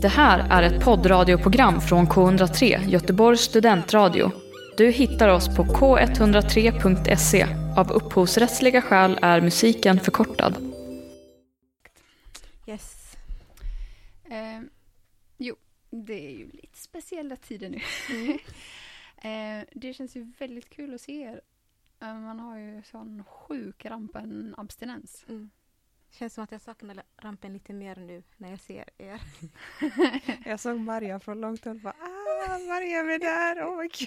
Det här är ett poddradioprogram från K103, Göteborgs studentradio. Du hittar oss på k103.se. Av upphovsrättsliga skäl är musiken förkortad. Yes. Det är ju lite speciella tider nu. Det känns ju väldigt kul att se er. Man har ju sån sjuk rampen-abstinens. Känns som att jag saknar rampen lite mer nu när jag ser er. Jag såg Maria från långt håll och bara, Maria är där, vad kul.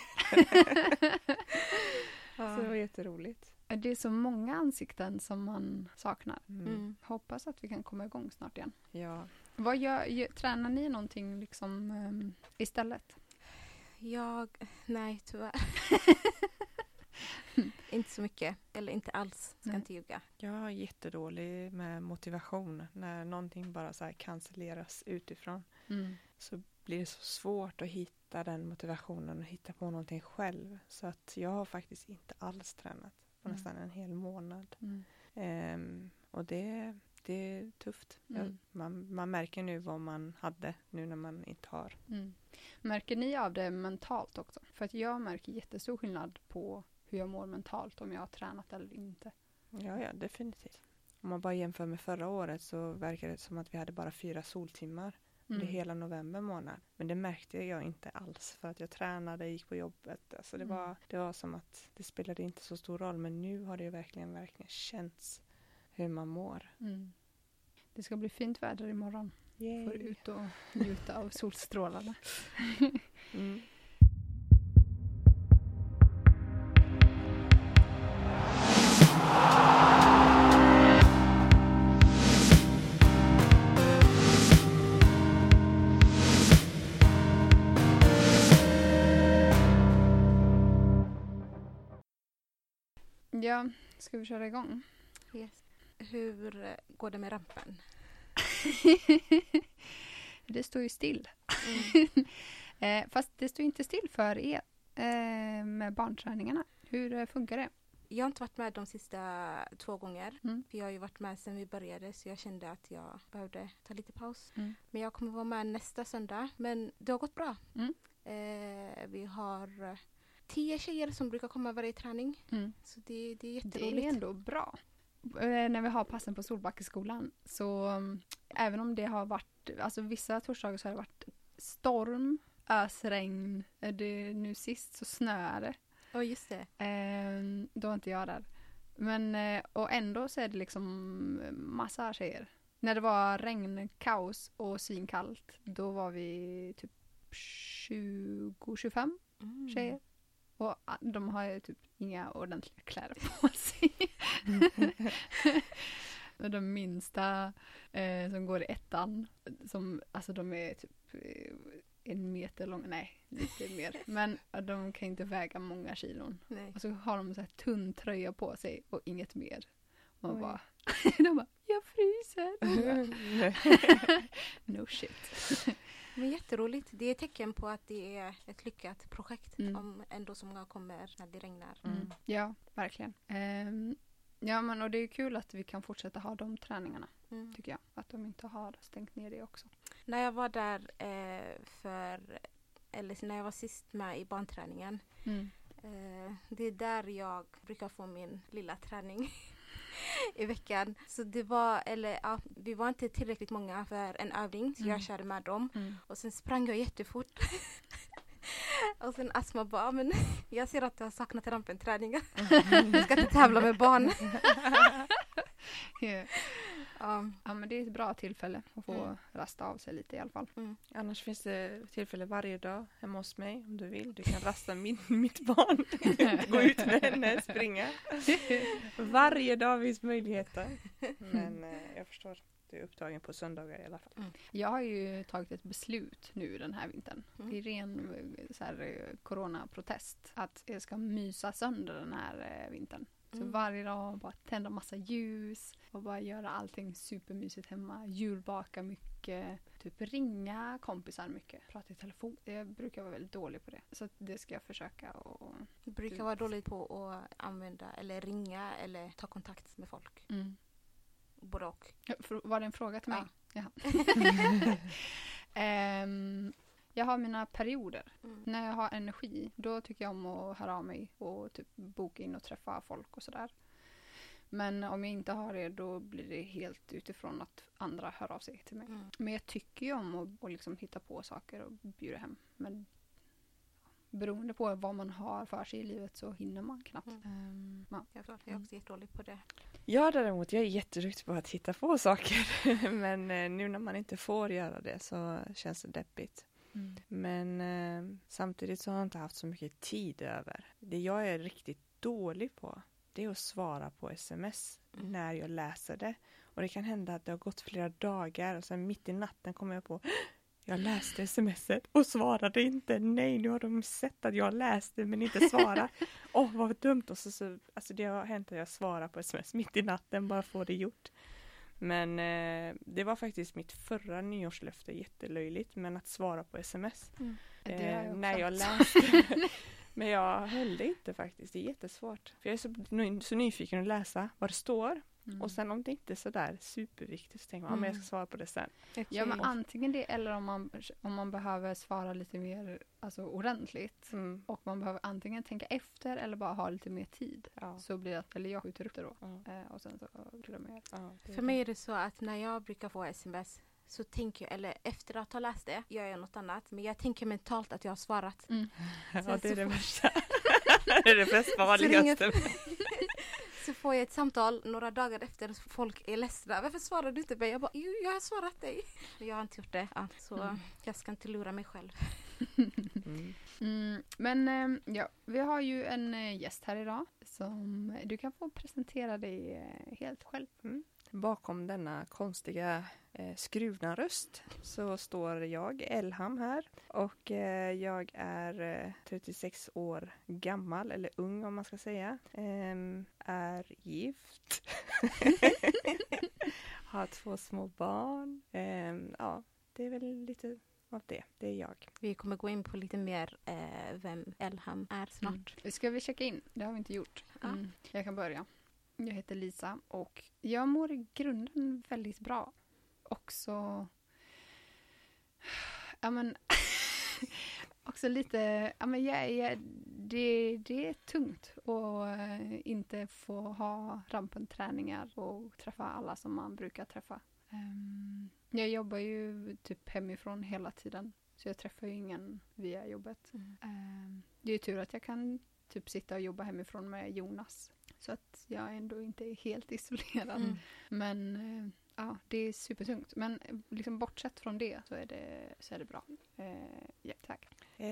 Så det var jätteroligt. Det är så många ansikten som man saknar. Hoppas att vi kan komma igång snart igen. Ja. Tränar ni någonting liksom istället? Nej tyvärr. Inte så mycket, eller inte alls, ska inte ljuga. Jag är jättedålig med motivation. När någonting bara så här cancelleras utifrån så blir det så svårt att hitta den motivationen och hitta på någonting själv. Så att jag har faktiskt inte alls tränat på nästan en hel månad. Och det är tufft. Man märker nu vad man hade nu när man inte har. Märker ni av det mentalt också? För att jag märker jättestor skillnad på hur jag mår mentalt om jag har tränat eller inte. Ja, definitivt. Om man bara jämför med förra året så verkar det som att vi hade bara 4 soltimmar under hela november månad. Men det märkte jag inte alls för att jag tränade, gick på jobbet. Alltså det var som att det spelade inte så stor roll. Men nu har det verkligen känts hur man mår. Det ska bli fint väder imorgon. Yay. Får ut och njuta av solstrålarna. Ja, ska vi köra igång? Yes. Hur går det med rampen? Det står ju still. Fast det står inte still för er med barnträningarna. Hur funkar det? Jag har inte varit med de sista 2 gånger. För jag har ju varit med sedan vi började så jag kände att jag behövde ta lite paus. Men jag kommer vara med nästa söndag. Men det har gått bra. Vi har 10 tjejer som brukar komma varje träning. Så det är jätteroligt. Det är ändå bra. När vi har passen på Solbackeskolan så även om det har varit, alltså vissa torsdagar så har det varit storm, ösregn, nu sist så snöade. Just det. Då är inte jag där. Men och ändå så är det liksom massa tjejer. När det var regnkaos och svinkallt då var vi typ 20-25 tjejer. Och de har ju typ inga ordentliga kläder på sig. Och de minsta som går i 1:an, alltså de är typ 1 meter långa, nej lite mer. Men de kan inte väga många kilon. Nej. Och så har de så här tunn tröja på sig och inget mer. Och de bara, jag fryser. No shit. Men jätteroligt. Det är ett tecken på att det är ett lyckat projekt om ändå så många kommer när det regnar. Ja, verkligen. Ja, men och det är kul att vi kan fortsätta ha de träningarna, tycker jag. Att de inte har stängt ner det också. När jag var där när jag var sist med i barnträningen. Det är där jag brukar få min lilla träning i veckan. Så det var, vi var inte tillräckligt många för en övning så jag körde med dem. Och sen sprang jag jättefort. Och sen Asma bara, men jag ser att du har saknat rampenträningar. Jag ska inte tävla med barn. Ja, men det är ett bra tillfälle att få rasta av sig lite i alla fall. Annars finns det tillfälle varje dag hemma hos mig om du vill. Du kan rasta mitt barn. Gå ut med henne, springa. Varje dag finns möjligheter. Men jag förstår. Du är upptagen på söndagar i alla fall. Jag har ju tagit ett beslut nu den här vintern. I ren så här, coronaprotest. Att jag ska mysa sönder den här vintern. Så varje dag bara tända massa ljus. Och bara göra allting supermysigt hemma. Julbaka mycket. Typ ringa kompisar mycket. Prata i telefon. Jag brukar vara väldigt dålig på det. Så det ska jag försöka. Du brukar vara dålig på att använda eller ringa eller ta kontakt med folk. Både och. Var det en fråga till mig? Ja. Jag har mina perioder. När jag har energi, då tycker jag om att höra av mig och typ boka in och träffa folk och sådär. Men om jag inte har det, då blir det helt utifrån att andra hör av sig till mig. Men jag tycker ju om att liksom hitta på saker och bjuda hem. Men beroende på vad man har för sig i livet så hinner man knappt. Jag är också jättedålig på det. Jag däremot, jag är jätteduktig på att hitta på saker. Men nu när man inte får göra det så känns det deppigt. Men samtidigt så har jag inte haft så mycket tid över. Det jag är riktigt dålig på, det är att svara på sms när jag läser det. Och det kan hända att det har gått flera dagar och sen mitt i natten kommer jag på, jag läste smset och svarade inte. Nej, nu har de sett att jag läste men inte svarat. Vad dumt. Och så, alltså det har hänt att jag svarar på sms mitt i natten, bara få det gjort. Men det var faktiskt mitt förra nyårslöfte, jättelöjligt, men att svara på sms. När jag läste. Men jag höll det inte faktiskt, det är jättesvårt. För jag är så nyfiken att läsa vad det står. Och sen om det inte är sådär superviktigt så tänker man, men jag ska svara på det sen. Ja, men antingen det eller om man behöver svara lite mer ordentligt. Och man behöver antingen tänka efter eller bara ha lite mer tid. Så blir det eller jag skjuter upp det då. Och sen så glömmer jag. För mig är det så att när jag brukar få sms så tänker jag, eller efter att ha läst det, gör jag något annat. Men jag tänker mentalt att jag har svarat. Ja, det är det värsta. Det är det bästa vanligaste. Så får jag ett samtal några dagar efter och folk är ledsna. Varför svarar du inte mig? Jag bara, jag har svarat dig. Men jag har inte gjort det. Så jag ska inte lura mig själv. Men vi har ju en gäst här idag som du kan få presentera dig helt själv. Bakom denna konstiga skruvna röst så står jag, Elham, här. Och jag är 36 år gammal, eller ung om man ska säga. Är gift. Har 2 små barn. Det är väl lite av det. Det är jag. Vi kommer gå in på lite mer vem Elham är snart. Ska vi checka in? Det har vi inte gjort. Jag kan börja. Jag heter Lisa och jag mår i grunden väldigt bra. Också också lite det är tungt att inte få ha rampenträningar och träffa alla som man brukar träffa. Jag jobbar ju typ hemifrån hela tiden. Så jag träffar ju ingen via jobbet. Det är ju tur att jag kan typ sitta och jobba hemifrån med Jonas. Så att jag ändå inte är helt isolerad. Men det är supertungt. Men liksom bortsett från det så är det bra. Tack.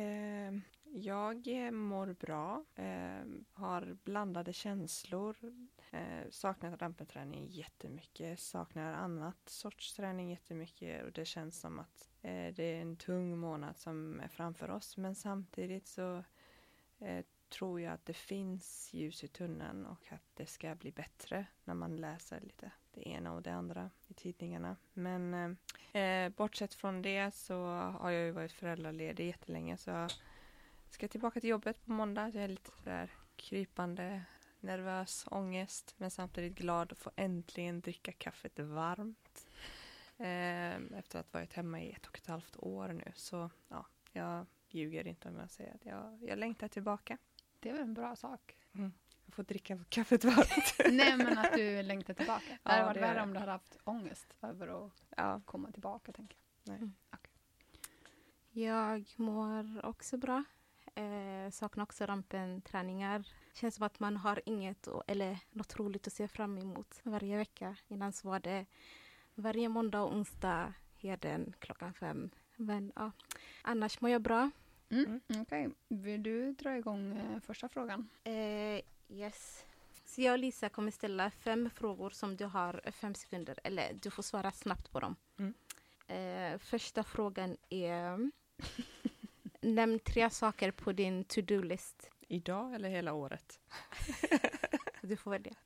Jag mår bra. Har blandade känslor. Saknar rampenträning jättemycket. Saknar annat sorts träning jättemycket. Och det känns som att det är en tung månad som är framför oss. Men samtidigt så tror jag att det finns ljus i tunneln och att det ska bli bättre när man läser lite det ena och det andra i tidningarna. Men bortsett från det så har jag ju varit föräldraledig jättelänge, så jag ska tillbaka till jobbet på måndag. Jag är lite där krypande, nervös, ångest, men samtidigt glad att få äntligen dricka kaffet varmt. Efter att ha varit hemma i 1,5 år nu, så jag ljuger inte om jag säger att jag längtar tillbaka. Det är väl en bra sak. Jag får dricka kaffet varmt. Nej, men att du längtar tillbaka. Det hade varit värre om du hade haft ångest över att komma tillbaka, tänker jag. Nej. Okay. Jag mår också bra. Saknar också rampenträningar. Känns som att man har något roligt att se fram emot varje vecka. Innan så var det varje måndag och onsdag Heden 5:00. Men annars mår jag bra. Okej. Vill du dra igång första frågan? Yes. Så jag och Lisa kommer ställa 5 frågor som du har 5 sekunder. Eller du får svara snabbt på dem. Första frågan är nämn 3 saker på din to-do-list. Idag eller hela året? Du får välja.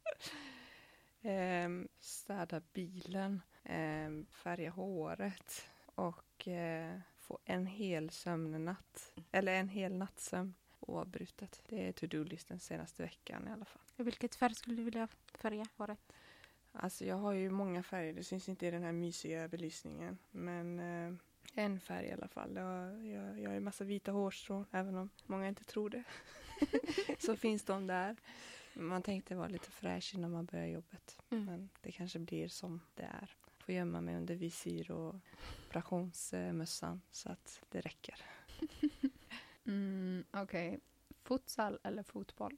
Städa bilen, färga håret och få en hel sömnnatt. Eller en hel nattsömn oavbrutet. Det är to-do-listen senaste veckan i alla fall. Vilket färg skulle du vilja färga håret? Alltså jag har ju många färger. Det syns inte i den här mysiga belysningen. Men En färg i alla fall. Jag har ju massa vita hårstrån, även om många inte tror det. Så finns de där. Man tänkte vara lite fräsch innan man börjar jobbet. Men det kanske blir som det är. Får gömma mig under visir och operationsmössan så att det räcker. Okej. Futsal eller fotboll?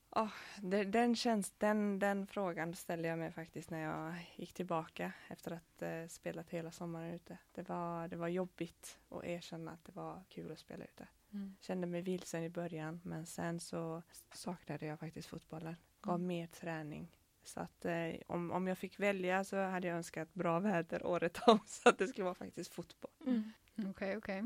Den frågan ställde jag mig faktiskt när jag gick tillbaka efter att spelat hela sommaren ute. Det var jobbigt att erkänna att det var kul att spela ute. Kände mig vilsen i början, men sen så saknade jag faktiskt fotbollen. Gav mer träning. Så att om jag fick välja så hade jag önskat bra väder året om, så att det skulle vara faktiskt fotboll. Okej.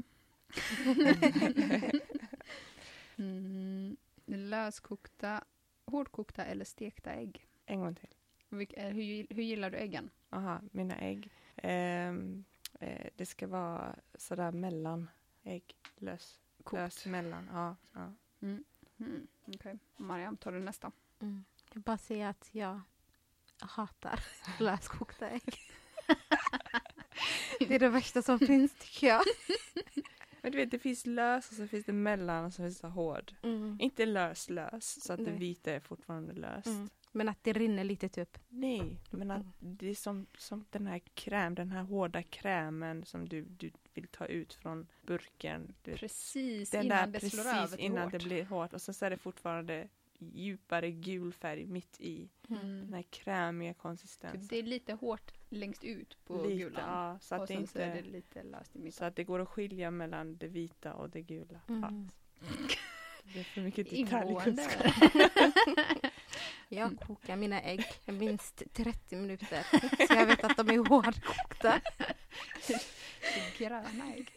Löskokta, hårdkokta eller stekta ägg? En gång till. Hur gillar du äggen? Aha, mina ägg. Det ska vara sådär mellan ägg. Lös mellan. Ja. Okej. Mariam, tar du nästa? Jag bara säger att jag hatar löskokta ägg. Det är det värsta som finns, tycker jag. Men du vet, det finns lös och så finns det mellan och så finns det hård. Inte lös så att det vita är fortfarande löst. Men att det rinner lite typ. Nej, men att det är som den här hårda krämen som du vill ta ut från burken. Precis innan det slår över till innan hårt. Det blir hårt. Och så är det fortfarande djupare gul färg mitt i. Den här krämiga konsistensen. Det är lite hårt längst ut på gulan. Ja, så att och det sen inte så är det lite löst i mitten. Så att det går att skilja mellan det vita och det gula. Det är för mycket detaljkunskap. Jag kokar mina ägg minst 30 minuter. Så jag vet att de är hårdkokta. Gröna ägg.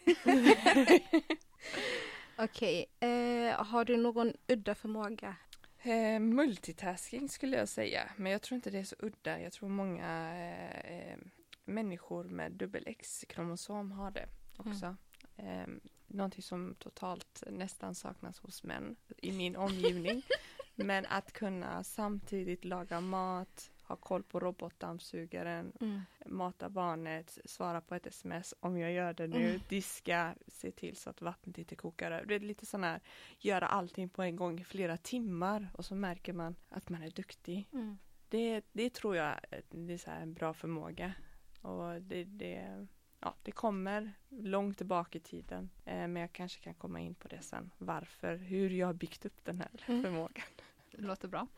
Okej. Har du någon udda förmåga? Multitasking skulle jag säga. Men jag tror inte det är så udda. Jag tror många människor med dubbel-X-kromosom har det också. Någonting som totalt nästan saknas hos män i min omgivning. Men att kunna samtidigt laga mat, ha koll på robotdammsugaren, mata barnet, svara på ett sms om jag gör det nu, diska, se till så att vattnet inte kokar över. Det är lite sån här, göra allting på en gång i flera timmar och så märker man att man är duktig. Det tror jag det är så här en bra förmåga. Och det kommer långt tillbaka i tiden. Men jag kanske kan komma in på det sen. Hur jag har byggt upp den här förmågan. Det låter bra.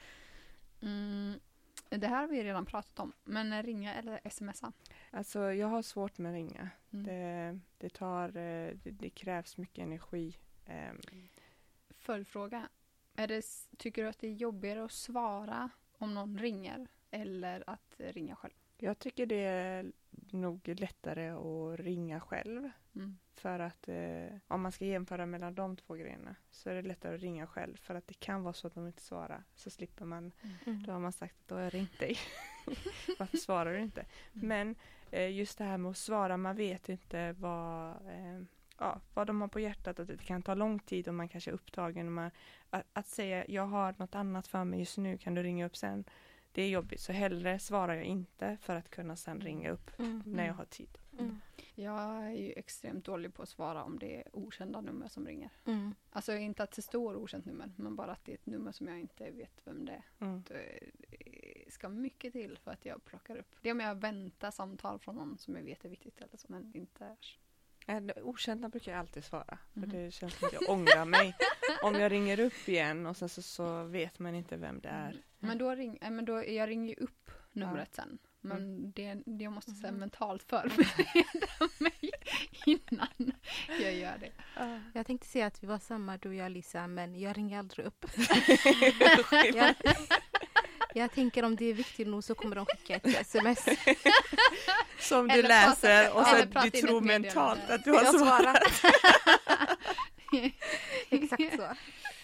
Det här har vi redan pratat om. Men ringa eller smsa? Alltså jag har svårt med ringa. Det krävs mycket energi. Följdfråga. Tycker du att det är jobbigare att svara om någon ringer eller att ringa själv? Jag tycker det är nog lättare att ringa själv. För att om man ska jämföra mellan de två grejerna så är det lättare att ringa själv. För att det kan vara så att de inte svarar. Så slipper man, då har man sagt att då har jag ringt dig. Varför svarar du inte? Men just det här med att svara, man vet inte vad de har på hjärtat. Att det kan ta lång tid om man kanske är upptagen. Att säga, jag har något annat för mig just nu, kan du ringa upp sen? Det är jobbigt, så hellre svarar jag inte för att kunna sen ringa upp när jag har tid. Jag är ju extremt dålig på att svara om det är okända nummer som ringer. Alltså inte att det står okänt nummer, men bara att det är ett nummer som jag inte vet vem det är. Det ska mycket till för att jag plockar upp. Det är om jag väntar samtal från någon som jag vet är viktigt eller så, men inte... Okända brukar jag alltid svara. För det känns som att jag ångrar mig. Om jag ringer upp igen och sen så vet man inte vem det är. Men jag ringer ju upp numret sen. Men det måste säga mentalt förbereda mig innan jag gör det. Jag tänkte säga att vi var samma, du och jag, Lisa, men jag ringer aldrig upp. Jag tänker om det är viktigt nog så kommer de skicka ett sms. Som du läser och så du tror mentalt att du har svarat. Exakt så.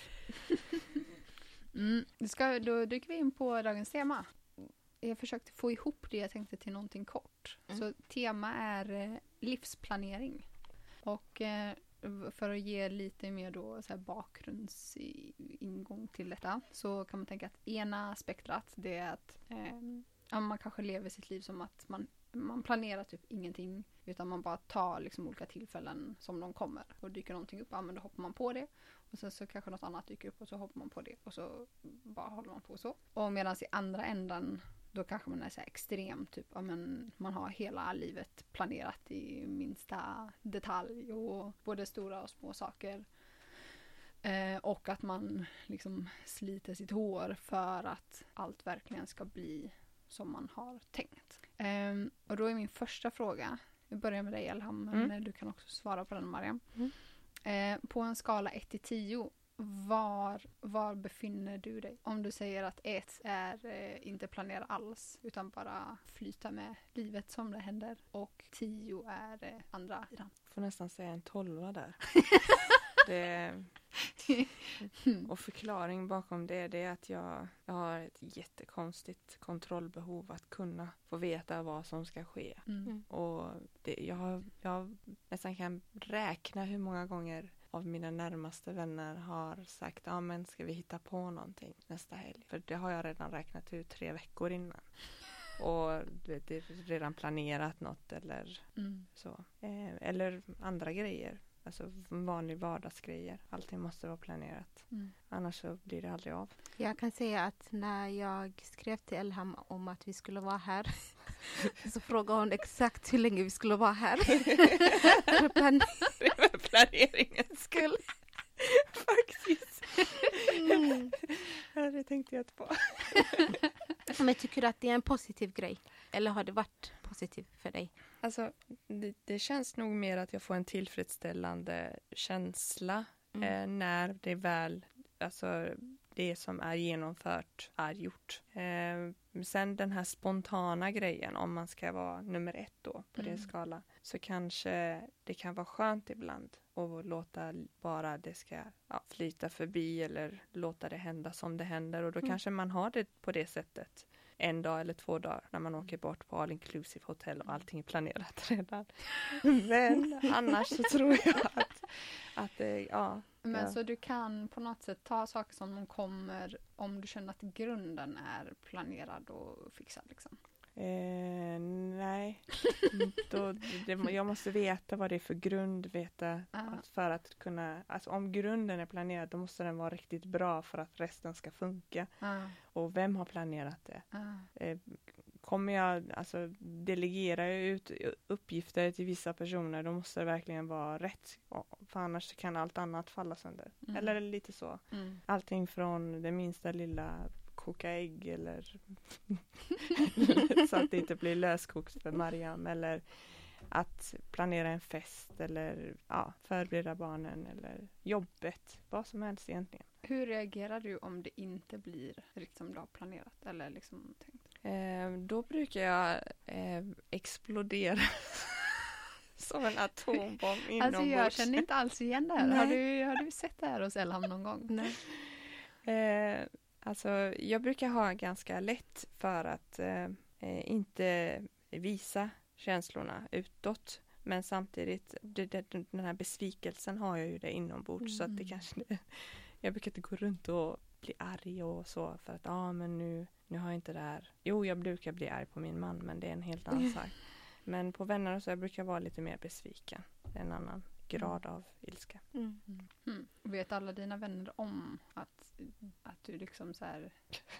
Då dyker vi in på dagens tema. Jag försökte få ihop det jag tänkte till någonting kort. Så tema är livsplanering. Och för att ge lite mer då så här bakgrundsingång till detta så kan man tänka att ena spektrat det är att man kanske lever sitt liv som att man planerar typ ingenting. Utan man bara tar liksom olika tillfällen som de kommer. Och dyker någonting upp, ja men då hoppar man på det. Och sen så kanske något annat dyker upp och så hoppar man på det. Och så bara håller man på så. Och medan i andra änden då kanske man är så här extrem, typ, ja, men man har hela livet planerat i minsta detalj och både stora och små saker. Och att man liksom sliter sitt hår för att allt verkligen ska bli som man har tänkt. Och då är min första fråga, jag börjar med dig Elham, men du kan också svara på den, Mariam. På en skala 1-10, var befinner du dig? Om du säger att 1 är inte planera alls utan bara flyta med livet som det händer, och 10 är andra sidan. Får nästan säga en 12 där. Och förklaring bakom det är att jag har ett jättekonstigt kontrollbehov att kunna få veta vad som ska ske. Och jag nästan kan räkna hur många gånger av mina närmaste vänner har sagt, ja men ska vi hitta på någonting nästa helg? För det har jag redan räknat ut 3 veckor innan. Och det är redan planerat något eller så. Eller andra grejer. Alltså vanliga vardagsgrejer. Allting måste vara planerat. Annars så blir det aldrig av. Jag kan säga att när jag skrev till Elham om att vi skulle vara här så frågade hon exakt hur länge vi skulle vara här. Det var planeringens skull. Faktiskt. Det tänkte jag inte på. Men tycker du att det är en positiv grej? Eller har det varit positivt för dig? Alltså, det känns nog mer att jag får en tillfredsställande känsla när det väl, alltså det som är genomfört är gjort. Sen den här spontana grejen, om man ska vara nummer 1 då på det skala, så kanske det kan vara skönt ibland att låta bara det ska flyta förbi eller låta det hända som det händer, och då kanske man har det på det sättet 1 dag eller 2 dagar när man åker bort på all inclusive hotell och allting är planerat redan. Men annars så tror jag att Men så du kan på något sätt ta saker som de kommer om du känner att grunden är planerad och fixad liksom? Nej. Jag måste veta vad det är för grund, för att kunna, alltså om grunden är planerad då måste den vara riktigt bra för att resten ska funka. Och vem har planerat det? Kommer jag delegera ut uppgifter till vissa personer, då måste det verkligen vara rätt, för annars kan allt annat falla sönder. Eller lite så. Allting från det minsta lilla koka ägg eller så att det inte blir löskokt för Mariam, eller att planera en fest eller förbereda barnen eller jobbet, vad som helst egentligen. Hur reagerar du om det inte blir riktigt som du har planerat eller liksom tänkt? Då brukar jag explodera som en atombomb inombords. Alltså jag känner inte alls igen det här. Har du sett det här hos Elham någon gång? Nej. Alltså jag brukar ha ganska lätt för att inte visa känslorna utåt. Men samtidigt, den här besvikelsen har jag ju det inombords. Så att det kanske jag brukar inte gå runt och bli arg och så. För att men nu har jag inte det här. Jo, jag brukar bli arg på min man, men det är en helt annan sak. Men på vänner och så jag brukar vara lite mer besviken. Det är en annan grad av ilska. Vet alla dina vänner om att du liksom så här...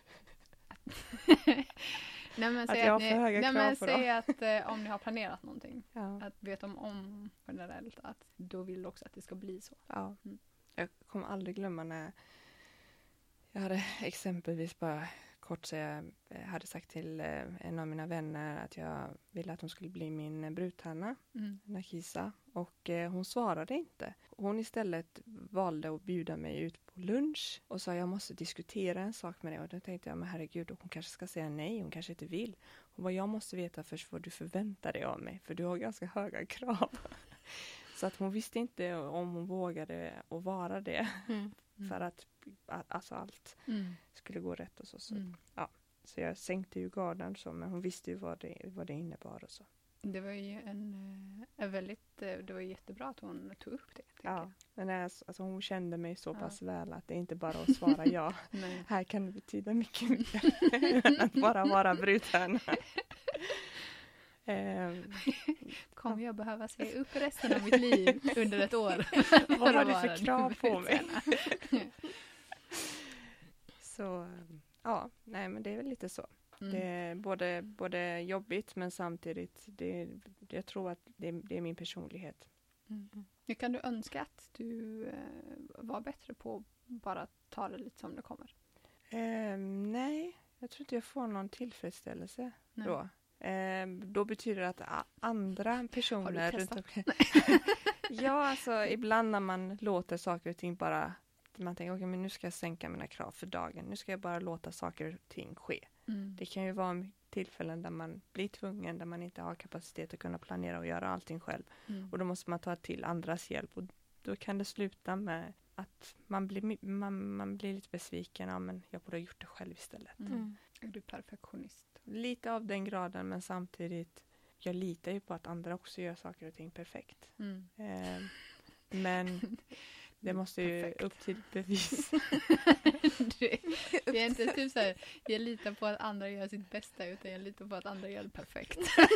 Säg att om ni har planerat någonting, att vet de om generellt att då vill också att det ska bli så. Ja. Jag kommer aldrig glömma när jag hade exempelvis bara kort säga, jag hade sagt till en av mina vänner att jag ville att hon skulle bli min brudtärna, Nakisa, och hon svarade inte. Hon istället valde att bjuda mig ut på lunch och sa jag måste diskutera en sak med dig, och då tänkte jag, men herregud, hon kanske ska säga nej, hon kanske inte vill. Och vad jag måste veta först vad du förväntar dig av mig, för du har ganska höga krav. Så att hon visste inte om hon vågade att vara det. För att alltså allt skulle gå rätt och så. Så jag sänkte ju garden så, men hon visste ju vad det innebar och så. Det var ju det var jättebra att hon tog upp det. Ja, men alltså hon kände mig så pass väl att det är inte bara att svara ja. Här kan det betyda mycket mer än att bara vara brudtärna. Kommer jag behöva se upp resten av mitt liv under ett år? Vad har du för krav på mig? Så ja, nej men det är väl lite så. Det är både jobbigt men samtidigt jag tror att det är min personlighet. Hur kan du önska att du var bättre på att bara ta det lite som det kommer? Nej, jag tror inte jag får någon tillfredsställelse då. Då betyder det att andra personer... Har du testat? Ja, alltså ibland när man låter saker och ting bara... Man tänker, okej, men nu ska jag sänka mina krav för dagen. Nu ska jag bara låta saker och ting ske. Det kan ju vara tillfällen där man blir tvungen, där man inte har kapacitet att kunna planera och göra allting själv. Och då måste man ta till andras hjälp. Och då kan det sluta med att man blir lite besviken. Ja, men jag borde ha gjort det själv istället. Är du perfektionist? Lite av den graden, men samtidigt jag litar ju på att andra också gör saker och ting perfekt. Men det måste ju perfekt. Upp till bevis. Det är inte typ så här, jag litar på att andra gör sitt bästa, utan jag litar på att andra gör det perfekt.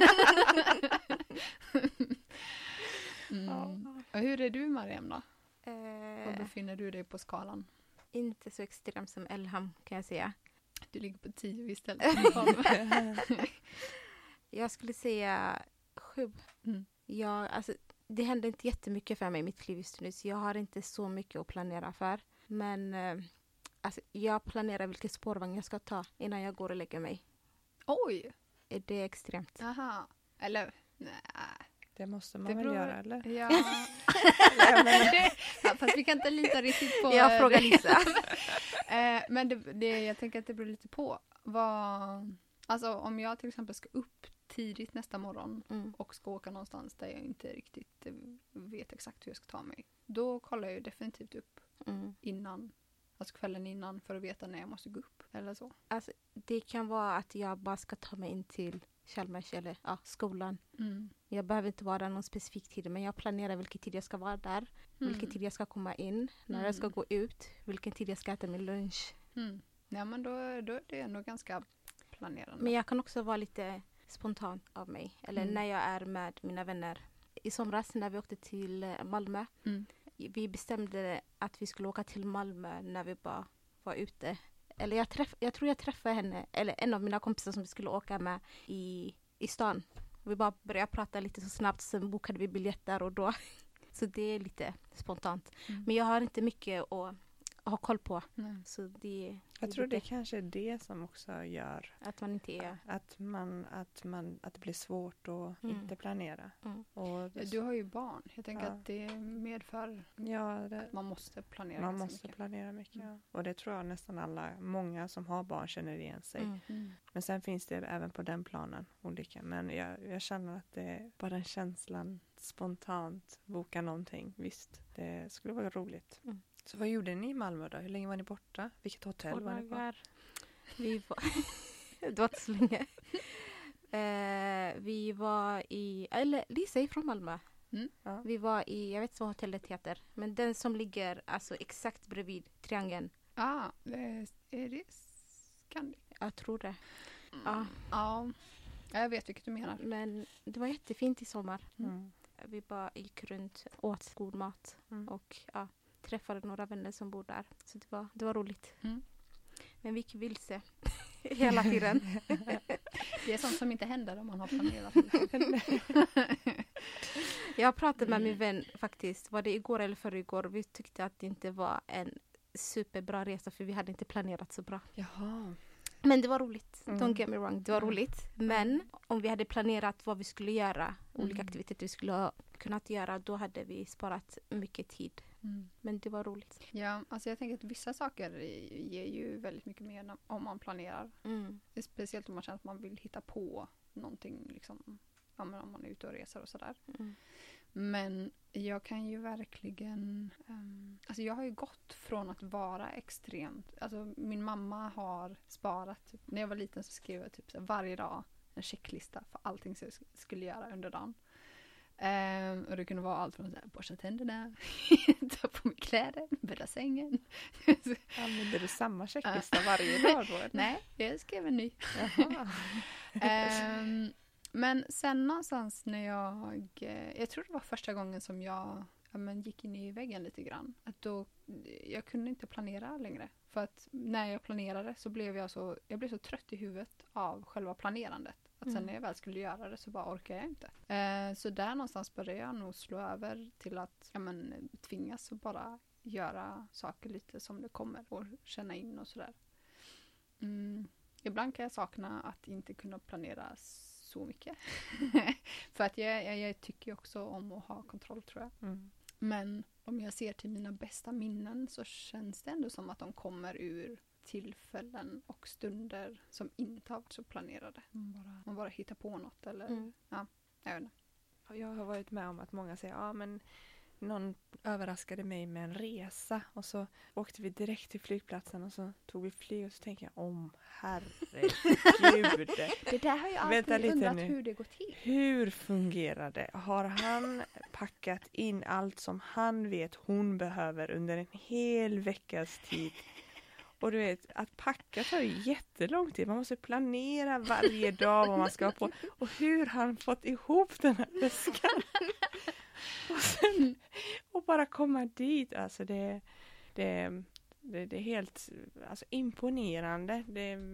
Och hur är du, Mariam, då? Var befinner du dig på skalan? Inte så extremt som Elham, kan jag säga. Du ligger på 10 istället. Jag skulle säga 7. Det händer inte jättemycket för mig i mitt liv just nu, så jag har inte så mycket att planera för. Men jag planerar vilken spårvagn jag ska ta innan jag går och lägger mig. Oj! Är det extremt? Aha. Eller, nej. Det måste man väl göra, eller? Ja. Fast vi kan inte lita riktigt på... Jag frågar Lisa. Men jag tänker att det beror lite på. Alltså om jag till exempel ska upp tidigt nästa morgon och ska åka någonstans där jag inte riktigt vet exakt hur jag ska ta mig. Då kollar jag ju definitivt upp innan, alltså kvällen innan, för att veta när jag måste gå upp eller så. Alltså, det kan vara att jag bara ska ta mig in till Chalmers eller skolan. Jag behöver inte vara där någon specifik tid, men jag planerar vilken tid jag ska vara där, vilken tid jag ska komma in, när jag ska gå ut, vilken tid jag ska äta min lunch. Ja, men då är det ändå ganska planerande. Men jag kan också vara lite spontan av mig, eller när jag är med mina vänner. I somras när vi åkte till Malmö, vi bestämde att vi skulle åka till Malmö när vi bara var ute. Eller jag tror jag träffade henne, eller en av mina kompisar som vi skulle åka med i stan. Vi bara började prata lite så snabbt, sen bokade vi biljetter och då. Så det är lite spontant. Men jag har inte mycket att ha koll på. Så jag tror det kanske är det som också gör att man inte är... Att det blir svårt att inte planera. Och du har ju barn. Jag tänker att det medför att man måste planera. Man måste planera mycket. Ja. Och det tror jag nästan många som har barn känner igen sig. Men sen finns det även på den planen olika. Men jag känner att det är bara den känslan spontant boka någonting. Visst, det skulle vara roligt. Så vad gjorde ni i Malmö då? Hur länge var ni borta? Vilket hotell var ni på? Det var inte så länge. Vi var Lisa är från Malmö. Ja. Vi var i, jag vet inte vad hotellet heter, men den som ligger alltså exakt bredvid Triangeln. Är det Scandic? Jag tror det. Ja, jag vet vilket du menar. Men det var jättefint i sommar. Vi bara gick runt, åt god mat och träffade några vänner som bor där. Så det var roligt. Men vi gick vilse hela tiden. Det är sånt som inte händer om man har planerat. Jag pratade med min vän faktiskt. Var det igår eller förrgår? Vi tyckte att det inte var en superbra resa, för vi hade inte planerat så bra. Jaha. Men det var roligt. Don't get me wrong. Det var roligt. Men om vi hade planerat vad vi skulle göra, olika aktiviteter vi skulle ha kunnat göra, då hade vi sparat mycket tid. Men det var roligt. Ja, alltså jag tänker att vissa saker ger ju väldigt mycket mer om man planerar. Speciellt om man känner att man vill hitta på någonting, liksom, om man är ute och reser och sådär. Men jag kan ju verkligen... alltså jag har ju gått från att vara extremt... Alltså min mamma har sparat... När jag var liten så skrev jag typ så varje dag en checklista för allting som jag skulle göra under dagen. Och det kunde vara allt från borsta tänderna, ta på mig kläder, bädda sängen. Använder du samma checklista varje dag då? Nej, jag skrev en ny. Men sen någonstans när jag tror det var första gången som jag gick in i väggen lite grann. Att då, jag kunde inte planera längre. För att när jag planerade så blev jag blev så trött i huvudet av själva planerandet. Att sen när jag väl skulle göra det så bara orkar jag inte. Så där någonstans började jag nog slå över till att tvingas att bara göra saker lite som det kommer och känna in och sådär. Ibland kan jag sakna att inte kunna planera så mycket. För att jag tycker också om att ha kontroll, tror jag. Men om jag ser till mina bästa minnen så känns det ändå som att de kommer ur tillfällen och stunder som inte har varit så planerade. Man bara hittar på något eller jag vet inte. Jag har varit med om att många säger men någon överraskade mig med en resa och så åkte vi direkt till flygplatsen och så tog vi flyg och så tänker jag herregud. Det där har jag alltid undrat hur det går till. Hur fungerar det? Har han packat in allt som han vet hon behöver under en hel veckas tid? Och du vet, att packa tar ju jättelång tid. Man måste planera varje dag vad man ska ha på. Och hur han fått ihop den här väskan. Och bara komma dit. Alltså det är helt imponerande.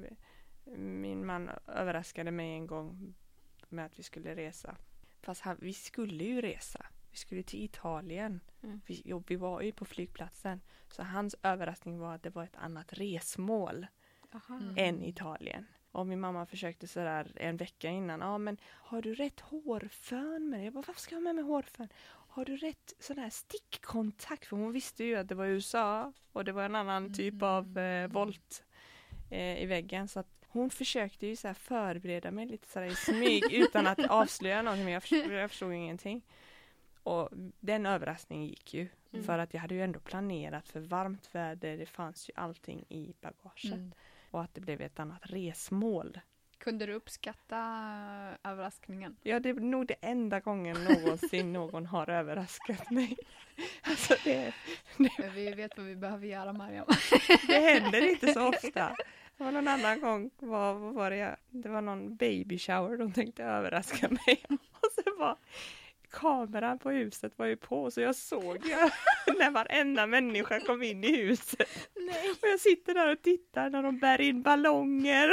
Min man överraskade mig en gång med att vi skulle resa. Fast vi skulle ju resa. Vi skulle till Italien. Vi var ju på flygplatsen. Så hans överraskning var att det var ett annat resmål än Italien. Och min mamma försökte sådär en vecka innan. Men har du rätt hårfön med dig? Jag bara, varför ska jag ha med hårfön? Har du rätt sån här stickkontakt? För hon visste ju att det var USA. Och det var en annan typ av volt i väggen. Så att hon försökte ju så här förbereda mig lite sådär i smyg utan att avslöja någonting. Men jag förstod ingenting. Och den överraskningen gick ju. För att jag hade ju ändå planerat för varmt väder. Det fanns ju allting i bagaget. Och att det blev ett annat resmål. Kunde du uppskatta överraskningen? Ja, det är nog det enda gången någonsin någon har överraskat mig. Alltså Vi vet vad vi behöver göra, Mariam. Det händer inte så ofta. Det var någon annan gång. Vad var det? Det var någon baby shower. De tänkte överraska mig. Och så var kameran på huset var ju på. Så jag såg ju när varenda människa kom in i huset. Nej. Och jag sitter där och tittar när de bär in ballonger.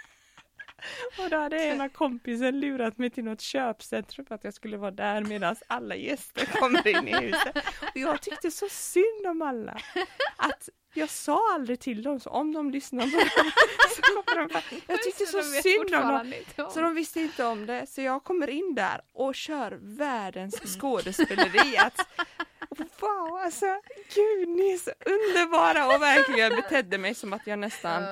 Och då hade ena kompisen lurat mig till något köpcentrum för att jag skulle vara där medan alla gäster kommer in i huset. Och jag tyckte så synd om alla. Att jag sa aldrig till dem, så om de lyssnar på det så kommer de bara, jag tyckte så synd om dem. Så de visste inte om det. Så jag kommer in där och kör världens skådespeleri. Wow, alltså, gud, ni är så underbara. Och verkligen betedde mig som att jag nästan...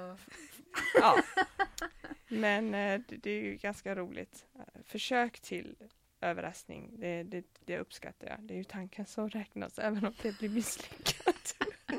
Ja. Men det är ju ganska roligt. Försök till överraskning. Det uppskattar jag. Det är ju tanken som räknas även om det blir misslyckat.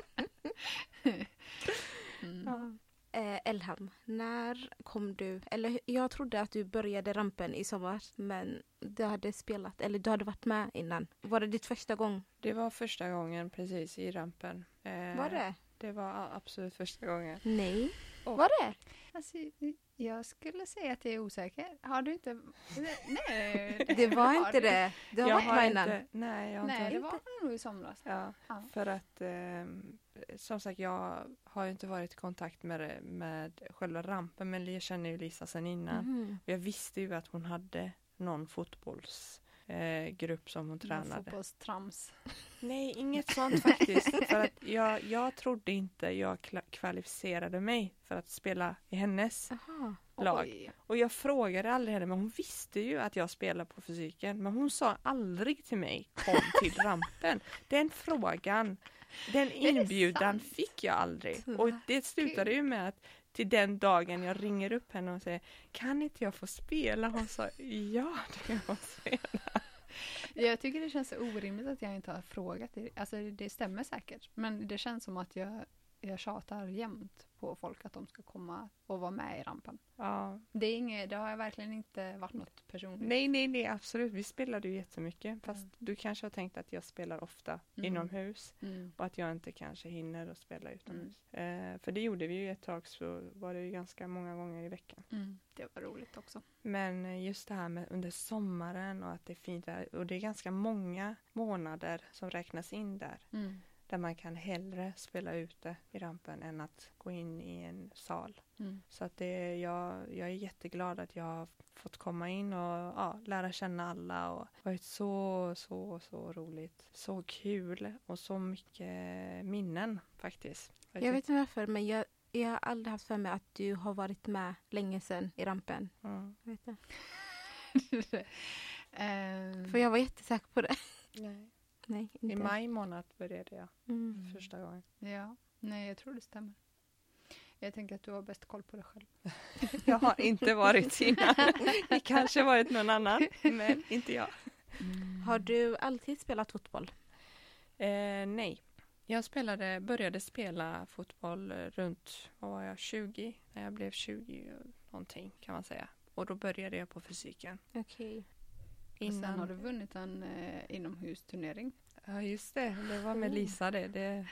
Elham, när kom du? Eller jag trodde att du började rampen i sommar, men du hade spelat, eller du hade varit med innan. Var det ditt första gång? Det var första gången precis i rampen. Var det? Det var absolut första gången. Nej. Var det? Alltså, jag skulle säga att jag är osäker. Har du inte... Nej. Det var inte det. Du har varit med innan. Nej, jag har inte. Nej, det var nog i somras. Ja, för att som sagt, jag har ju inte varit i kontakt med själva rampen, men jag känner ju Lisa sedan innan. Jag visste ju att hon hade någon fotbollsgrupp som hon tränade. Fotbollstrams. Nej, inget sånt faktiskt. För att jag trodde inte jag kvalificerade mig för att spela i hennes lag. Oj. Och jag frågade aldrig henne, men hon visste ju att jag spelar på fysiken. Men hon sa aldrig till mig, kom till rampen. Den frågan, den inbjudan fick jag aldrig. Och det slutade ju med att till den dagen jag ringer upp henne och säger, kan inte jag få spela? Hon sa, ja, det kan jag spela. Jag tycker det känns så orimligt att jag inte har frågat det. Alltså det stämmer säkert. Men det känns som att jag jag tjatar jämt på folk att de ska komma och vara med i rampen. Ja. Det har verkligen inte varit något personligt. Nej, absolut. Vi spelade ju jättemycket. Fast du kanske har tänkt att jag spelar ofta inomhus. Och att jag inte kanske hinner att spela utomhus. För det gjorde vi ju ett tag, så var det ju ganska många gånger i veckan. Det var roligt också. Men just det här med under sommaren och att det är fint där. Och det är ganska många månader som räknas in där. Där man kan hellre spela ute i rampen än att gå in i en sal. Så att jag är jätteglad att jag har fått komma in och lära känna alla. Och det har varit så roligt. Så kul och så mycket minnen faktiskt. Jag vet inte varför, men jag har aldrig haft för mig att du har varit med länge sedan i rampen. Jag vet inte. För jag var jättesäker på det. Nej, inte. I maj månad började jag första gången. Ja, nej jag tror det stämmer. Jag tänker att du har bäst koll på dig själv. Jag har inte varit innan. Det kanske varit någon annan, men inte jag. Har du alltid spelat fotboll? Nej. Jag började spela fotboll runt, 20? När jag blev 20 någonting kan man säga. Och då började jag på fysiken. Okej. Och sen har du vunnit en inomhusturnering. Ja, just det. Det var med Lisa det.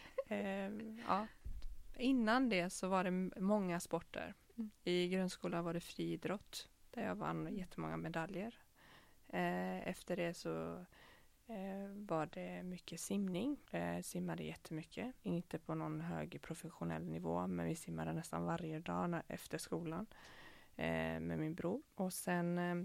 Innan det så var det många sporter. I grundskolan var det friidrott där jag vann jättemånga medaljer. Efter det så var det mycket simning. Simmade jättemycket. Inte på någon hög professionell nivå, men vi simmade nästan varje dag efter skolan med min bror. Och sen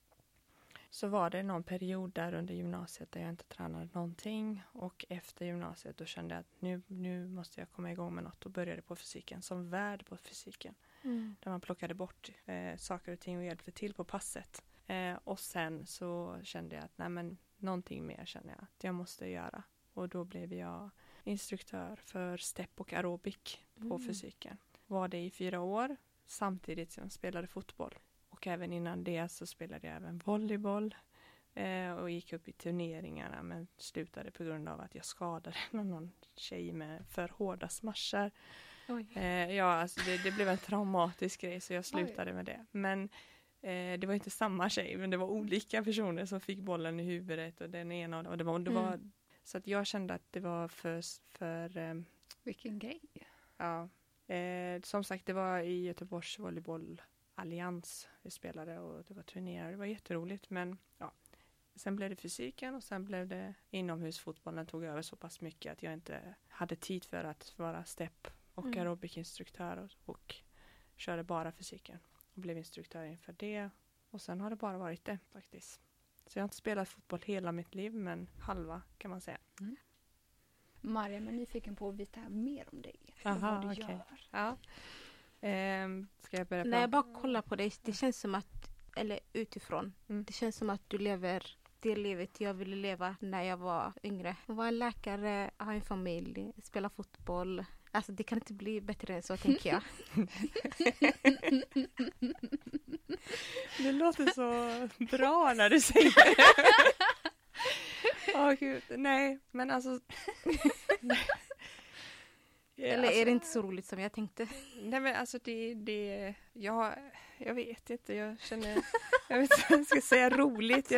så var det någon period där under gymnasiet där jag inte tränade någonting. Och efter gymnasiet då kände jag att nu måste jag komma igång med något. Och började på fysiken, som värd på fysiken. Där man plockade bort saker och ting och hjälpte till på passet. Och sen så kände jag att någonting mer känner jag att jag måste göra. Och då blev jag instruktör för step och aerobik på fysiken. Var det i 4 år samtidigt som jag spelade fotboll. Och även innan det så spelade jag även volleyboll och gick upp i turneringarna, men slutade på grund av att jag skadade någon tjej med för hårda smasher. Det blev en traumatisk grej, så jag slutade med det. Men det var inte samma tjej, men det var olika personer som fick bollen i huvudet och den ena och det var så att jag kände att det var för vilken grej. Ja. Som sagt, det var i Göteborgs volleybollallians vi spelade och det var turnéer. Det var jätteroligt, men sen blev det fysiken och sen blev det inomhusfotbollen, tog över så pass mycket att jag inte hade tid för att vara step och aerobikinstruktör och körde bara fysiken och blev instruktör inför det. Och sen har det bara varit det faktiskt. Så jag har inte spelat fotboll hela mitt liv, men halva kan man säga. Mariam är nyfiken på att veta mer om dig. Aha, vad du gör. Ja. Ska jag börja När jag bara kollar på dig, det känns som att, eller utifrån, det känns som att du lever det livet jag ville leva när jag var yngre. Vara en läkare, ha en familj, spela fotboll. Alltså det kan inte bli bättre än så, tänker jag. Det låter så bra när du säger det. Gud, nej, men alltså... Eller är det inte så roligt som jag tänkte? Nej, men alltså jag vet inte, jag vet inte vad jag ska säga roligt.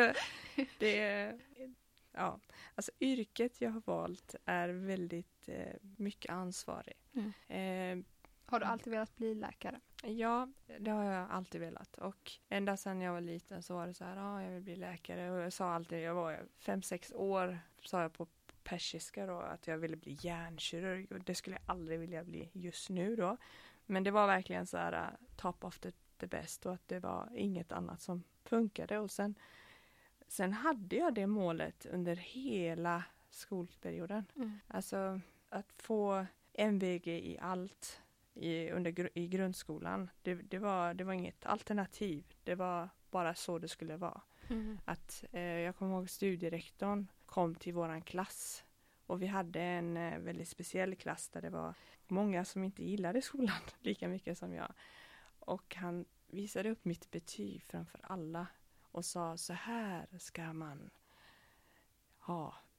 Alltså yrket jag har valt är väldigt mycket ansvarig. Har du alltid velat bli läkare? Ja, det har jag alltid velat. Och ända sedan jag var liten så var det så här, jag vill bli läkare. Och jag sa alltid, jag var 5-6 år, sa jag på persiska då, att jag ville bli hjärnkirurg. Och det skulle jag aldrig vilja bli just nu då. Men det var verkligen så här, top of the best. Och att det var inget annat som funkade. Och sen hade jag det målet under hela skolperioden. Alltså att få MVG i allt i grundskolan. Det var inget alternativ. Det var bara så det skulle vara. Att jag kommer ihåg studierektorn kom till våran klass. Och vi hade en väldigt speciell klass där det var många som inte gillade skolan lika mycket som jag. Och han visade upp mitt betyg framför alla och sa, så här ska man ha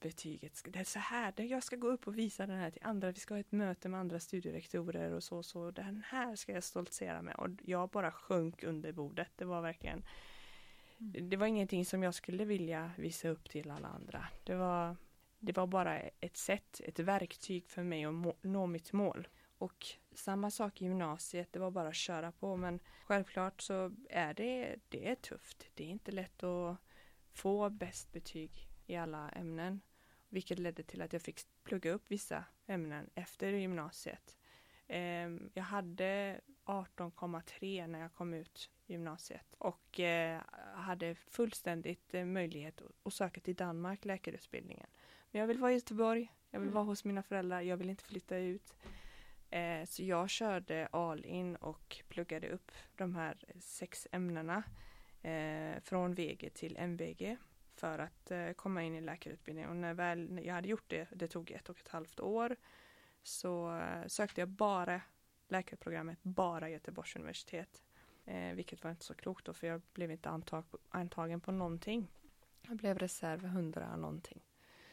betyget. Det är så här, jag ska gå upp och visa den här till andra. Vi ska ha ett möte med andra studierektorer och så den här ska jag stoltsera med. Och jag bara sjönk under bordet. Det var verkligen, det var ingenting som jag skulle vilja visa upp till alla andra. Det var bara ett verktyg för mig att nå mitt mål. Och samma sak i gymnasiet, det var bara att köra på. Men självklart så är det är tufft. Det är inte lätt att få bäst betyg i alla ämnen. Vilket ledde till att jag fick plugga upp vissa ämnen efter gymnasiet. Jag hade 18,3 när jag kom ut gymnasiet. Och hade fullständigt möjlighet att söka till Danmark, läkarutbildningen. Men jag vill vara i Göteborg, jag vill vara hos mina föräldrar, jag vill inte flytta ut. Så jag körde all in och pluggade upp de här 6 ämnena från VG till MVG för att komma in i läkarutbildningen. Och när väl jag hade gjort det tog 1,5 år, så sökte jag bara läkarprogrammet, bara Göteborgs universitet. Vilket var inte så klokt då, för jag blev inte antagen på någonting. Jag blev reserv 100 någonting.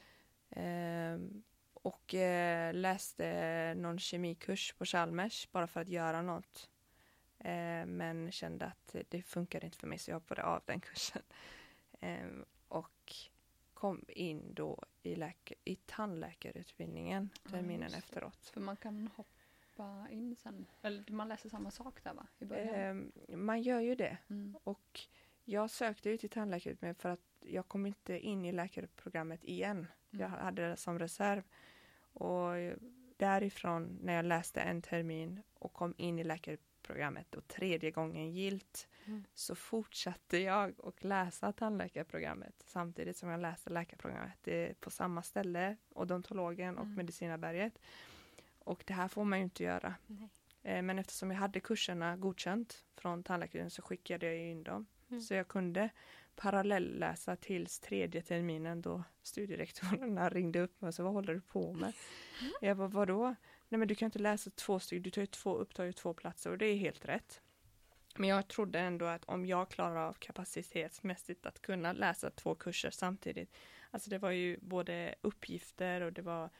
Och läste någon kemikurs på Chalmers bara för att göra något. Men kände att det funkade inte för mig, så jag hoppade av den kursen. Och kom in då i tandläkarutbildningen terminen efteråt. För man kan hoppa in sen, eller man läser samma sak där, va? I början. Man gör ju det. Och jag sökte ju till tandläkarutbildningen för att jag kom inte in i läkarprogrammet igen. Jag hade det som reserv. Och därifrån, när jag läste en termin och kom in i läkarprogrammet och 3:e gången gilt, så fortsatte jag att läsa tandläkarprogrammet samtidigt som jag läste läkarprogrammet. Det är på samma ställe, odontologen och Medicinaberget. Och det här får man ju inte göra. Men eftersom jag hade kurserna godkänt från tandläkaren så skickade jag in dem. Så jag kunde parallellläsa tills 3:e terminen, då studierektorerna ringde upp mig och sa, vad håller du på med? Jag bara, vadå? Nej, men du kan inte läsa 2 stycken, du upptar ju 2 platser, och det är helt rätt. Men jag trodde ändå att om jag klarar av kapacitetsmässigt att kunna läsa 2 kurser samtidigt. Alltså det var ju både uppgifter och det var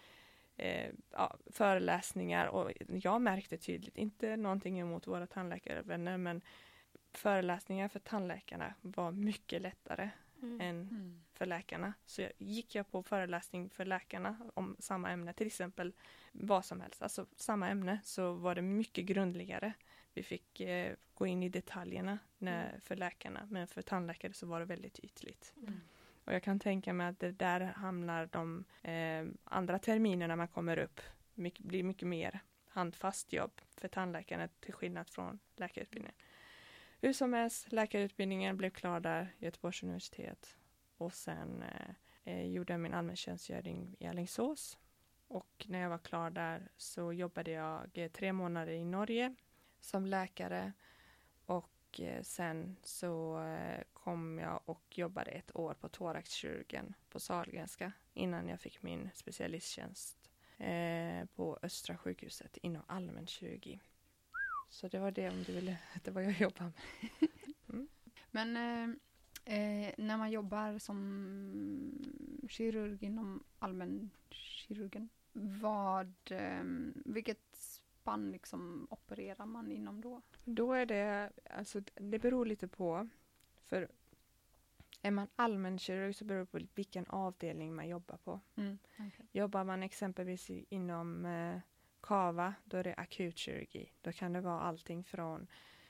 föreläsningar, och jag märkte tydligt, inte någonting emot våra tandläkarvänner, men föreläsningar för tandläkarna var mycket lättare än för läkarna. Så gick jag på föreläsning för läkarna om samma ämne, till exempel vad som helst, alltså samma ämne, så var det mycket grundligare. Vi fick gå in i detaljerna för läkarna, men för tandläkare så var det väldigt ytligt. Och jag kan tänka mig att det där hamnar de andra terminerna man kommer upp, blir mycket mer handfast jobb för tandläkarna till skillnad från läkarutbildningen. Hur som helst, läkarutbildningen blev klar där, Göteborgs universitet. Och sen gjorde jag min allmäntjänstgöring i Alingsås. Och när jag var klar där så jobbade jag 3 månader i Norge som läkare. Och sen så kom jag och jobbade 1 år på thoraxkirurgen på Sahlgrenska innan jag fick min specialisttjänst på Östra sjukhuset inom allmänkirurgi. Så det var det, om du ville veta vad jag jobbar med. Men när man jobbar som kirurg inom allmänkirurgen, vilket spann liksom opererar man inom då? Då är det, alltså det beror lite på. För är man allmänkirurg så beror det på vilken avdelning man jobbar på. Okay. Jobbar man exempelvis inom KAVA, då är det akutkirurgi. Då kan det vara allting från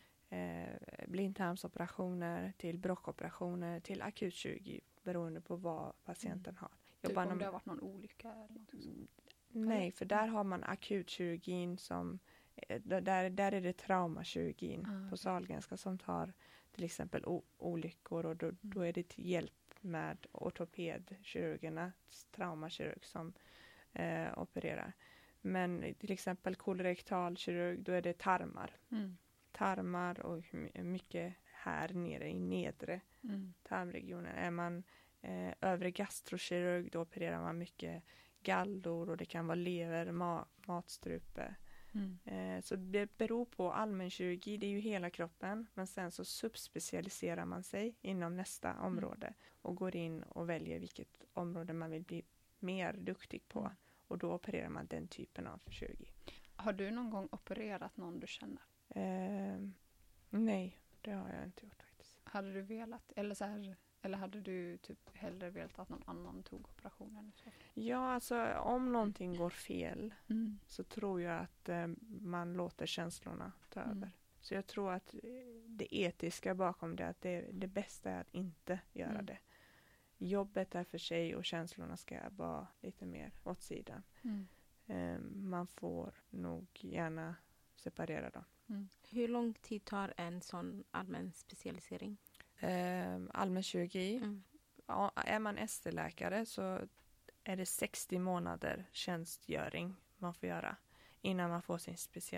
blindtarmsoperationer till brockoperationer till akutkirurgi beroende på vad patienten har. Typ om det har varit någon olycka eller något sånt? Nej, för där har man akutkirurgin som där är det traumakirurgin på Sahlgrenska som tar till exempel olyckor, och då är det till hjälp med ortopedkirurgernas traumakirurg som opererar. Men till exempel kolorektalkirurg, då är det tarmar. Tarmar och mycket här nere i nedre tarmregionen. Är man övre gastrokirurg, då opererar man mycket gallor och det kan vara lever, matstrupe. Så det beror på allmänkirurgi, det är ju hela kroppen, men sen så subspecialiserar man sig inom nästa område och går in och väljer vilket område man vill bli mer duktig på. Och då opererar man den typen av kirurgi. Har du någon gång opererat någon du känner? Nej, det har jag inte gjort faktiskt. Hade du velat? Eller hade du typ hellre velat att någon annan tog operationen? Ja, alltså om någonting går fel så tror jag att man låter känslorna ta över. Så jag tror att det etiska bakom det, att det bästa är att inte göra det. Jobbet är för sig och känslorna ska vara lite mer åt sidan. Man får nog gärna separera dem. Hur lång tid tar en sån allmän specialisering? Allmän kirurgi. Ja, är man ST-läkare så är det 60 månader tjänstgöring man får göra innan man får sin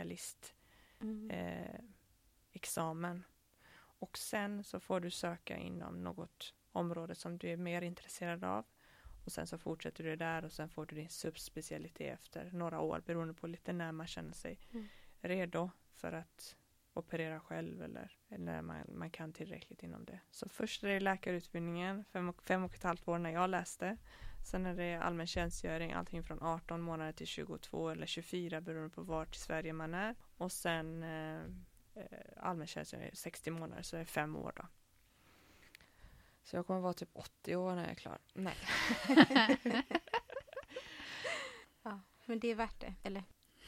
specialistexamen. Och sen så får du söka inom något område som du är mer intresserad av. Och sen så fortsätter du där och sen får du din subspecialitet efter några år beroende på lite när man känner sig redo för att operera själv eller när man kan tillräckligt inom det. Så först är det läkarutbildningen, 5,5 år när jag läste. Sen är det allmän tjänstgöring, allting från 18 månader till 22 eller 24 beroende på vart i Sverige man är. Och sen allmän tjänstgöring 60 månader, så det är 5 år då. Så jag kommer vara typ 80 år när jag är klar. Nej. Ja, men det är värt det, eller?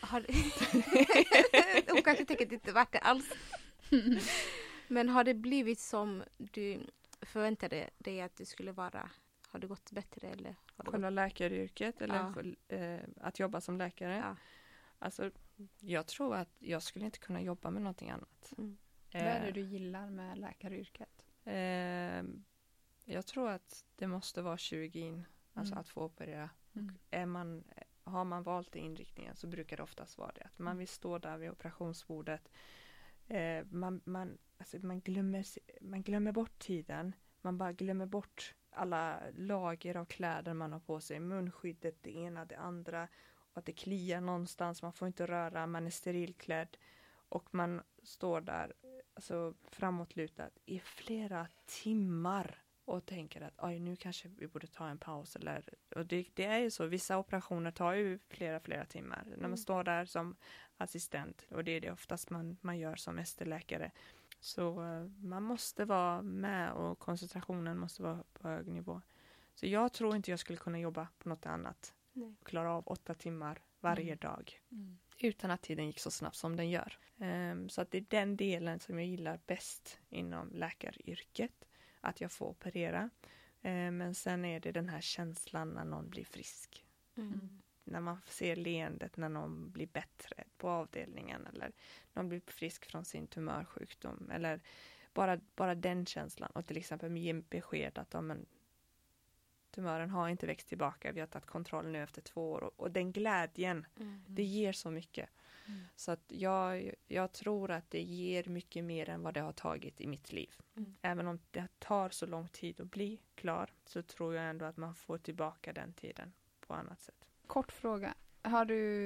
Hon kanske tänker att det inte är värt det alls. Men har det blivit som du förväntade dig att det skulle vara? Har det gått bättre? Eller har det Själva läkaryrket eller att jobba som läkare? Ja. Alltså, jag tror att jag skulle inte kunna jobba med någonting annat. Vad är det du gillar med läkaryrket? Jag tror att det måste vara kirurgin, alltså att få operera. Har man valt inriktningen så brukar det oftast vara det. Att man vill stå där vid operationsbordet. Man glömmer bort tiden. Man bara glömmer bort alla lager av kläder man har på sig. Munskyddet, det ena, det andra. Och att det kliar någonstans. Man får inte röra. Man är sterilklädd. Och man står där alltså, framåtlutad i flera timmar. Och tänker att nu kanske vi borde ta en paus. Och det är ju så. Vissa operationer tar ju flera timmar. När man står där som assistent. Och det är det oftast man gör som ST-läkare. Så man måste vara med och koncentrationen måste vara på hög nivå. Så jag tror inte jag skulle kunna jobba på något annat. Nej. Klara av 8 timmar varje dag. Utan att tiden gick så snabbt som den gör. Så att det är den delen som jag gillar bäst inom läkaryrket. Att jag får operera. Men sen är det den här känslan när någon blir frisk. När man ser leendet när någon blir bättre på avdelningen. Eller någon blir frisk från sin tumörsjukdom. Eller bara den känslan. Och till exempel ge besked att tumören har inte växt tillbaka. Vi har tagit kontroll nu efter 2 år. Och den glädjen, det ger så mycket. Så att jag tror att det ger mycket mer än vad det har tagit i mitt liv. Även om det tar så lång tid att bli klar så tror jag ändå att man får tillbaka den tiden på annat sätt. Kort fråga. Har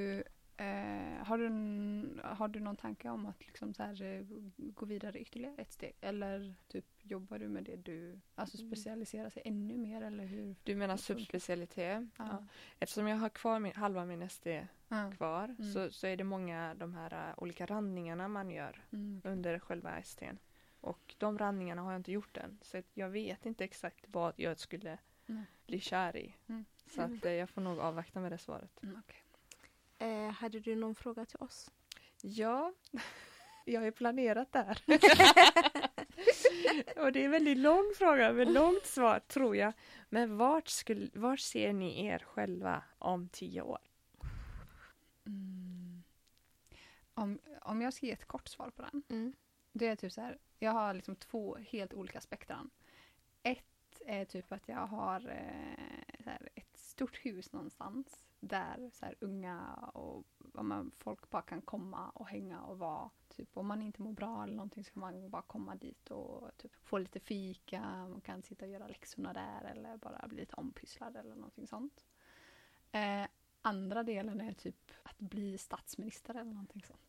du någon tanke om att liksom så här, gå vidare ytterligare ett steg? Eller typ jobbar du med det du specialiserar sig ännu mer? Eller hur? Du menar subspecialitet? Ja. Eftersom jag har kvar halva min ST kvar så är det många de här olika randningarna man gör under själva ST:n. Och de randningarna har jag inte gjort än. Så jag vet inte exakt vad jag skulle bli kär i. Så att jag får nog avvakta med det svaret. Okay. Hade du någon fråga till oss? Ja, jag har planerat där. Och det är en väldigt lång fråga med långt svar tror jag. Men vart ser ni er själva om 10 år? Om jag ska ge ett kort svar på den. Det är typ så här. Jag har liksom 2 helt olika spektran. Ett är typ att jag har så här, ett stort hus någonstans. Där så här, unga och folk bara kan komma och hänga och vara. Typ, om man inte mår bra eller någonting så kan man bara komma dit och typ, få lite fika. Man kan sitta och göra läxorna där eller bara bli lite ompysslad eller någonting sånt. Andra delen är typ att bli statsminister eller någonting sånt.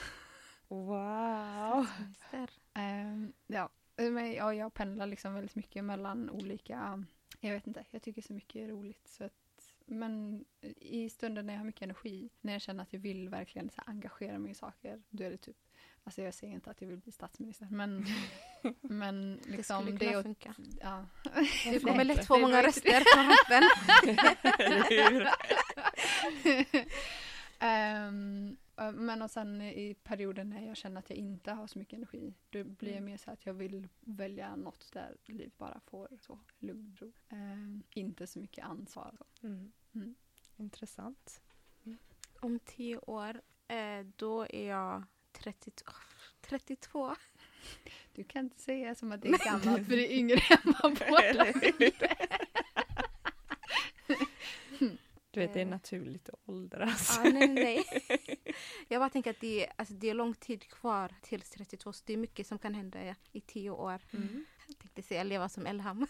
Wow! Statsminister. Men jag pendlar liksom väldigt mycket mellan olika... Jag vet inte, jag tycker så mycket är roligt så att Men i stunden när jag har mycket energi, när jag känner att jag vill verkligen så här, engagera mig i saker, då är det typ, alltså jag säger inte att jag vill bli statsminister, men liksom det skulle kunna funka. Ja. Det kommer lätt få många röster på rappen. Men och sen i perioden när jag känner att jag inte har så mycket energi, då blir jag mer så att jag vill välja något där livet bara får så lugn och ro. Inte så mycket ansvar. Intressant. Om 10 år, då är jag 32. Du kan inte säga som att det är gammalt, för det är yngre än vad båda. Du vet, det är naturligt att åldras. Nej. Jag bara tänker att det är lång tid kvar till 32, så det är mycket som kan hända i 10 år. Jag tänkte säga leva som Elham.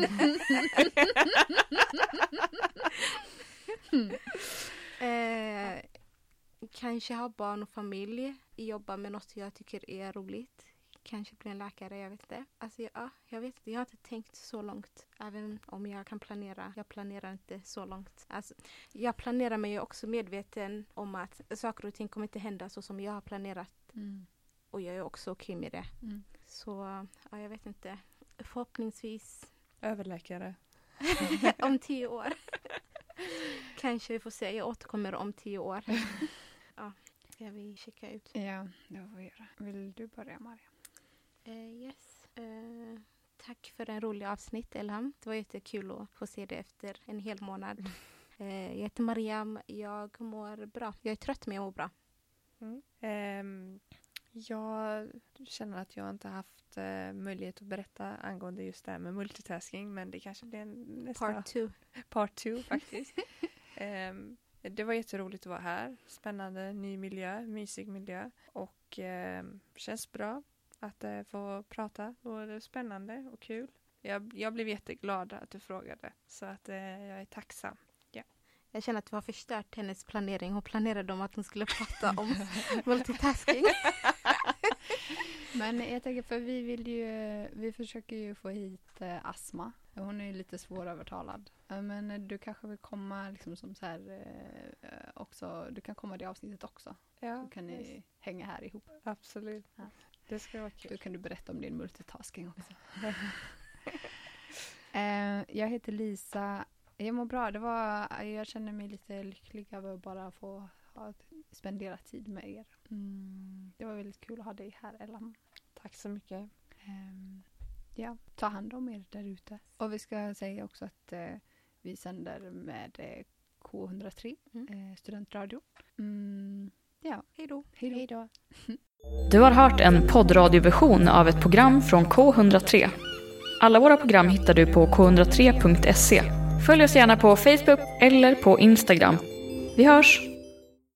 Kanske ha barn och familj, jobba med något jag tycker är roligt. Kanske bli en läkare, jag vet inte. Alltså, jag vet inte, jag har inte tänkt så långt. Även om jag kan planera. Jag planerar inte så långt. Alltså, jag planerar mig ju också medveten om att saker och ting kommer inte hända så som jag har planerat. Och jag är också okej med det. Så, jag vet inte. Förhoppningsvis. Överläkare. Om 10 år. Kanske vi får se. Jag återkommer om 10 år. Ska vi checka ut? Ja, det får vi göra. Vill du börja, Maria? Yes. Tack för en rolig avsnitt, Elham. Det var jättekul att få se det efter en hel månad. Jag heter Mariam. Jag mår bra. Jag är trött, men jag mår bra. Jag känner att jag inte haft möjlighet att berätta angående just det här med multitasking, men det kanske blir nästa part 2 faktiskt. Det var jätteroligt att vara här. Spännande, ny miljö, mysig miljö. Och känns bra att få prata. Och det är spännande och kul. Jag blev jätteglad att du frågade. Så att jag är tacksam. Ja. Jag känner att vi har förstört hennes planering. Hon planerade om att hon skulle prata om multitasking. Men jag tänker, för vi försöker ju få hit Asma. Hon är ju lite svårövertalad. Men du kanske vill komma liksom som så här också, du kan komma i det avsnittet också. Ja, då kan ni hänga här ihop. Absolut. Ja. Det ska vara kul. Då kan du berätta om din multitasking också. Jag heter Lisa. Jag mår bra. Jag känner mig lite lycklig över att bara få spendera tid med er. Det var väldigt kul att ha dig här, Elham. Tack så mycket. Ja, ta hand om er där ute. Och vi ska säga också att vi sänder med K103 studentradio. Ja, hej då. Du har hört en poddradioversion av ett program från K103. Alla våra program hittar du på k103.se. Följ oss gärna på Facebook eller på Instagram. Vi hörs!